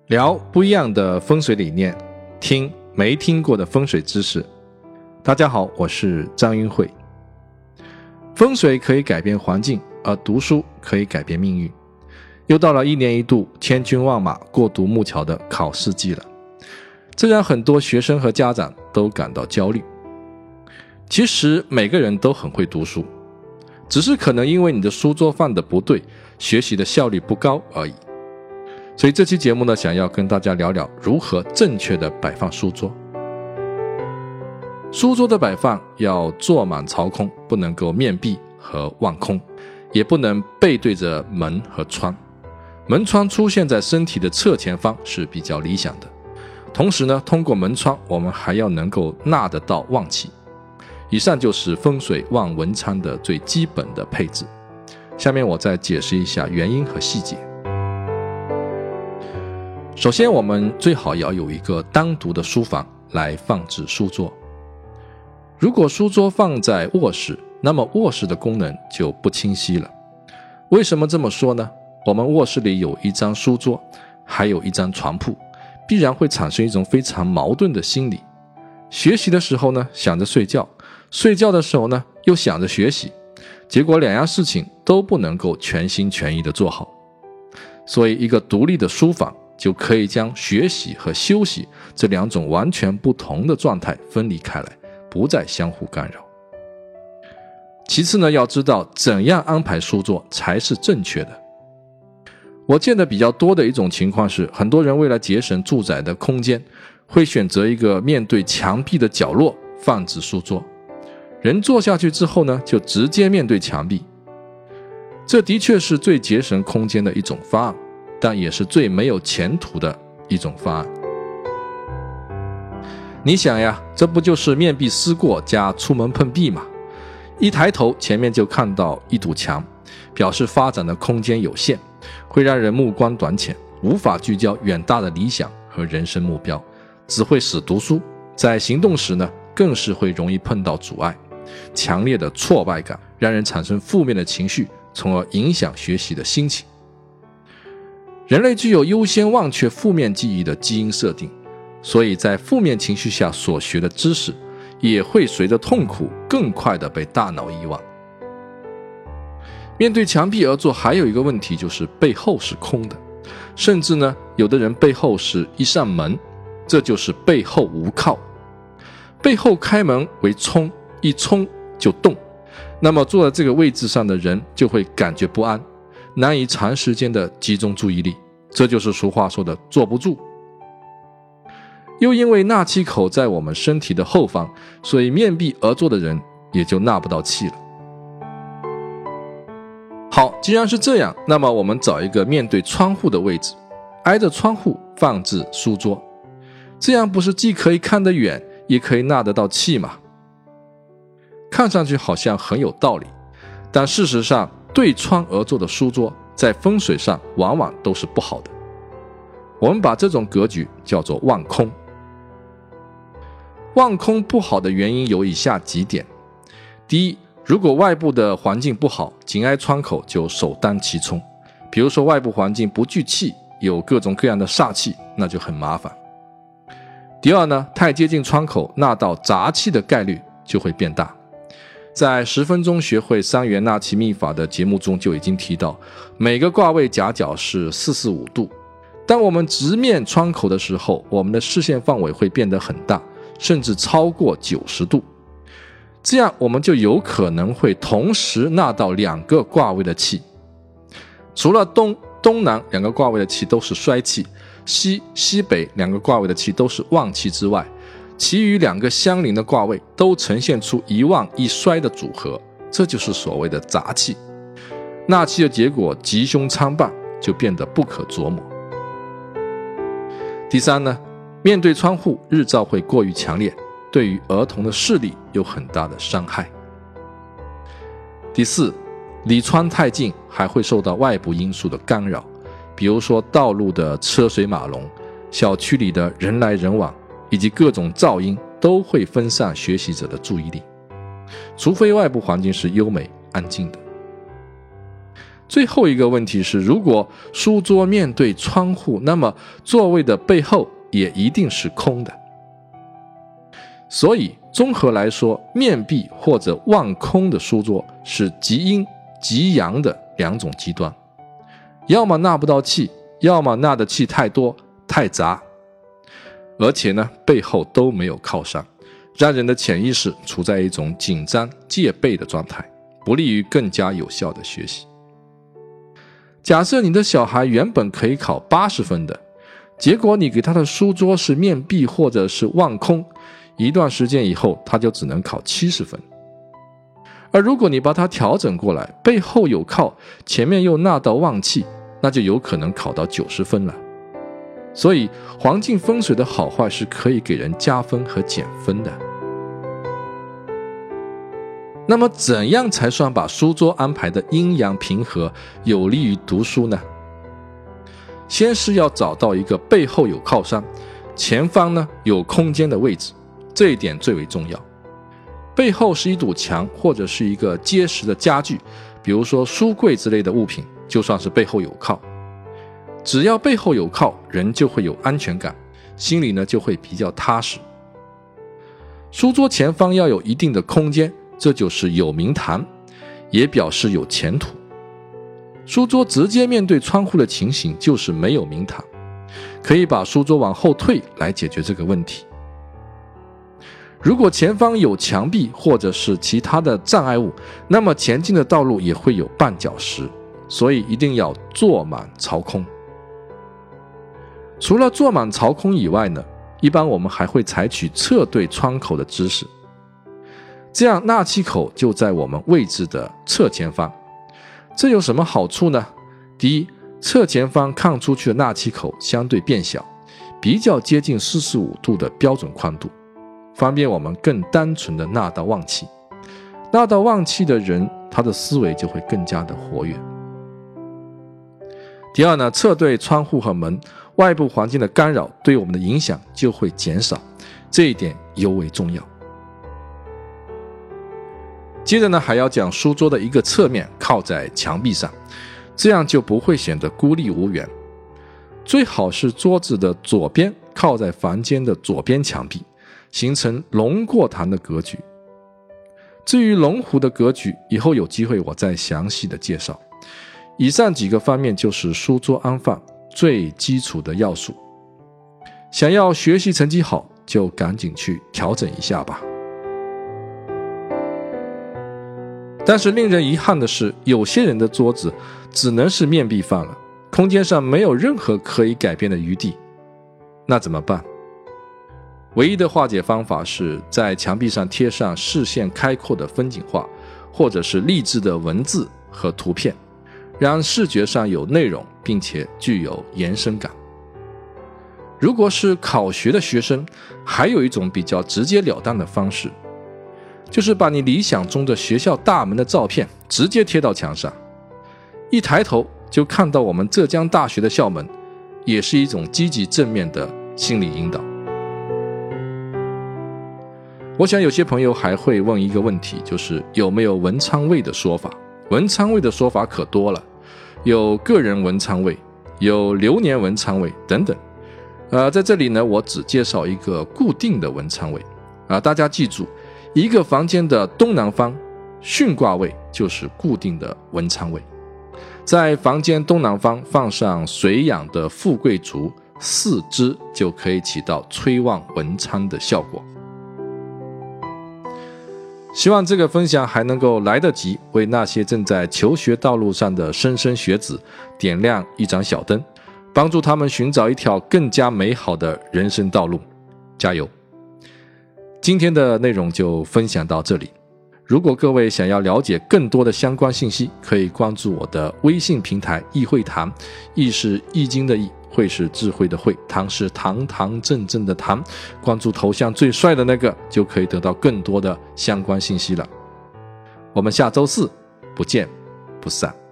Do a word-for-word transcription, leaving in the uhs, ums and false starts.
聊不一样的风水理念，听没听过的风水知识。大家好，我是张云慧。风水可以改变环境，而读书可以改变命运。又到了一年一度千军万马过独木桥的考试季了，这让很多学生和家长都感到焦虑。其实每个人都很会读书，只是可能因为你的书桌放的不对，学习的效率不高而已。所以这期节目呢，想要跟大家聊聊如何正确的摆放书桌。书桌的摆放要坐满朝空，不能够面壁和望空，也不能背对着门和窗。门窗出现在身体的侧前方是比较理想的。同时呢，通过门窗我们还要能够纳得到旺气。以上就是风水望文昌的最基本的配置。下面我再解释一下原因和细节。首先，我们最好要有一个单独的书房来放置书桌。如果书桌放在卧室，那么卧室的功能就不清晰了。为什么这么说呢？我们卧室里有一张书桌，还有一张床铺，必然会产生一种非常矛盾的心理。学习的时候呢，想着睡觉，睡觉的时候呢，又想着学习，结果两样事情都不能够全心全意的做好。所以一个独立的书房就可以将学习和休息这两种完全不同的状态分离开来，不再相互干扰。其次呢，要知道怎样安排书桌才是正确的。我见得比较多的一种情况是，很多人为了节省住宅的空间，会选择一个面对墙壁的角落放置书桌。人坐下去之后呢，就直接面对墙壁。这的确是最节省空间的一种方案，但也是最没有前途的一种方案。你想呀，这不就是面壁思过加出门碰壁吗？一抬头前面就看到一堵墙，表示发展的空间有限，会让人目光短浅，无法聚焦远大的理想和人生目标，只会使读书在行动时呢，更是会容易碰到阻碍。强烈的挫败感让人产生负面的情绪，从而影响学习的心情。人类具有优先忘却负面记忆的基因设定，所以在负面情绪下所学的知识也会随着痛苦更快地被大脑遗忘。面对墙壁而坐还有一个问题，就是背后是空的，甚至呢，有的人背后是一扇门，这就是背后无靠。背后开门为冲，一冲就动，那么坐在这个位置上的人就会感觉不安，难以长时间的集中注意力，这就是俗话说的坐不住。又因为纳气口在我们身体的后方，所以面壁而坐的人也就纳不到气了。好，既然是这样，那么我们找一个面对窗户的位置，挨着窗户放置书桌，这样不是既可以看得远，也可以纳得到气吗？看上去好像很有道理，但事实上对窗而坐的书桌在风水上往往都是不好的。我们把这种格局叫做望空。望空不好的原因有以下几点。第一，如果外部的环境不好，紧挨窗口就首当其冲。比如说外部环境不聚气，有各种各样的煞气，那就很麻烦。第二呢，太接近窗口，纳到杂气的概率就会变大。在十分钟学会三元纳气秘法的节目中就已经提到，每个卦位夹角是四十五度。当我们直面窗口的时候，我们的视线范围会变得很大，甚至超过九十度。这样我们就有可能会同时纳到两个卦位的气。除了东、东南两个卦位的气都是衰气，西、西北两个卦位的气都是旺气之外，其余两个相邻的卦位都呈现出一旺一衰的组合，这就是所谓的杂气。纳气的结果吉凶参半，就变得不可琢磨。第三呢，面对窗户，日照会过于强烈，对于儿童的视力有很大的伤害。第四，离窗太近还会受到外部因素的干扰，比如说道路的车水马龙，小区里的人来人往，以及各种噪音都会分散学习者的注意力，除非外部环境是优美安静的。 最后一个问题是，如果书桌面对窗户，那么座位的背后也一定是空的。所以综合来说，面壁或者望空的书桌是极阴极阳的两种极端，要么纳不到气，要么纳的气太多太杂，而且呢背后都没有靠山，让人的潜意识处在一种紧张戒备的状态，不利于更加有效的学习。假设你的小孩原本可以考八十分的，结果你给他的书桌是面壁或者是望空，一段时间以后他就只能考七十分。而如果你把它调整过来，背后有靠，前面又纳到旺气，那就有可能考到九十分了。所以环境风水的好坏是可以给人加分和减分的。那么怎样才算把书桌安排的阴阳平和，有利于读书呢？先是要找到一个背后有靠山，前方呢有空间的位置，这一点最为重要。背后是一堵墙或者是一个结实的家具，比如说书柜之类的物品，就算是背后有靠。只要背后有靠，人就会有安全感，心里呢就会比较踏实。书桌前方要有一定的空间，这就是有明堂，也表示有前途。书桌直接面对窗户的情形就是没有明堂，可以把书桌往后退来解决这个问题。如果前方有墙壁或者是其他的障碍物，那么前进的道路也会有绊脚石，所以一定要坐满朝空。除了坐满朝空以外呢，一般我们还会采取侧对窗口的姿势，这样纳气口就在我们位置的侧前方。这有什么好处呢？第一，侧前方看出去的纳气口相对变小，比较接近四十五度的标准宽度，方便我们更单纯的纳到旺气。纳到旺气的人，他的思维就会更加的活跃。第二呢，侧对窗户和门，外部环境的干扰对我们的影响就会减少，这一点尤为重要。接着呢，还要将书桌的一个侧面靠在墙壁上，这样就不会显得孤立无援。最好是桌子的左边靠在房间的左边墙壁，形成龙过堂的格局。至于龙虎的格局，以后有机会我再详细的介绍。以上几个方面就是书桌安放最基础的要素。想要学习成绩好，就赶紧去调整一下吧。但是令人遗憾的是，有些人的桌子只能是面壁放了，空间上没有任何可以改变的余地，那怎么办？唯一的化解方法是在墙壁上贴上视线开阔的风景画，或者是励志的文字和图片，让视觉上有内容，并且具有延伸感。如果是考学的学生，还有一种比较直截了当的方式，就是把你理想中的学校大门的照片直接贴到墙上，一抬头就看到我们浙江大学的校门，也是一种积极正面的心理引导。我想有些朋友还会问一个问题，就是有没有文昌位的说法。文昌位的说法可多了，有个人文昌位，有流年文昌位等等。呃，在这里呢，我只介绍一个固定的文昌位啊，大家记住，一个房间的东南方巽卦位就是固定的文昌位，在房间东南方放上水养的富贵竹四支，就可以起到催旺文昌的效果。希望这个分享还能够来得及为那些正在求学道路上的莘莘学子点亮一盏小灯，帮助他们寻找一条更加美好的人生道路。加油！今天的内容就分享到这里。如果各位想要了解更多的相关信息，可以关注我的微信平台易会堂，易是易经的易，会是智慧的慧，堂是堂堂正正的堂。关注头像最帅的那个，就可以得到更多的相关信息了。我们下周四不见不散。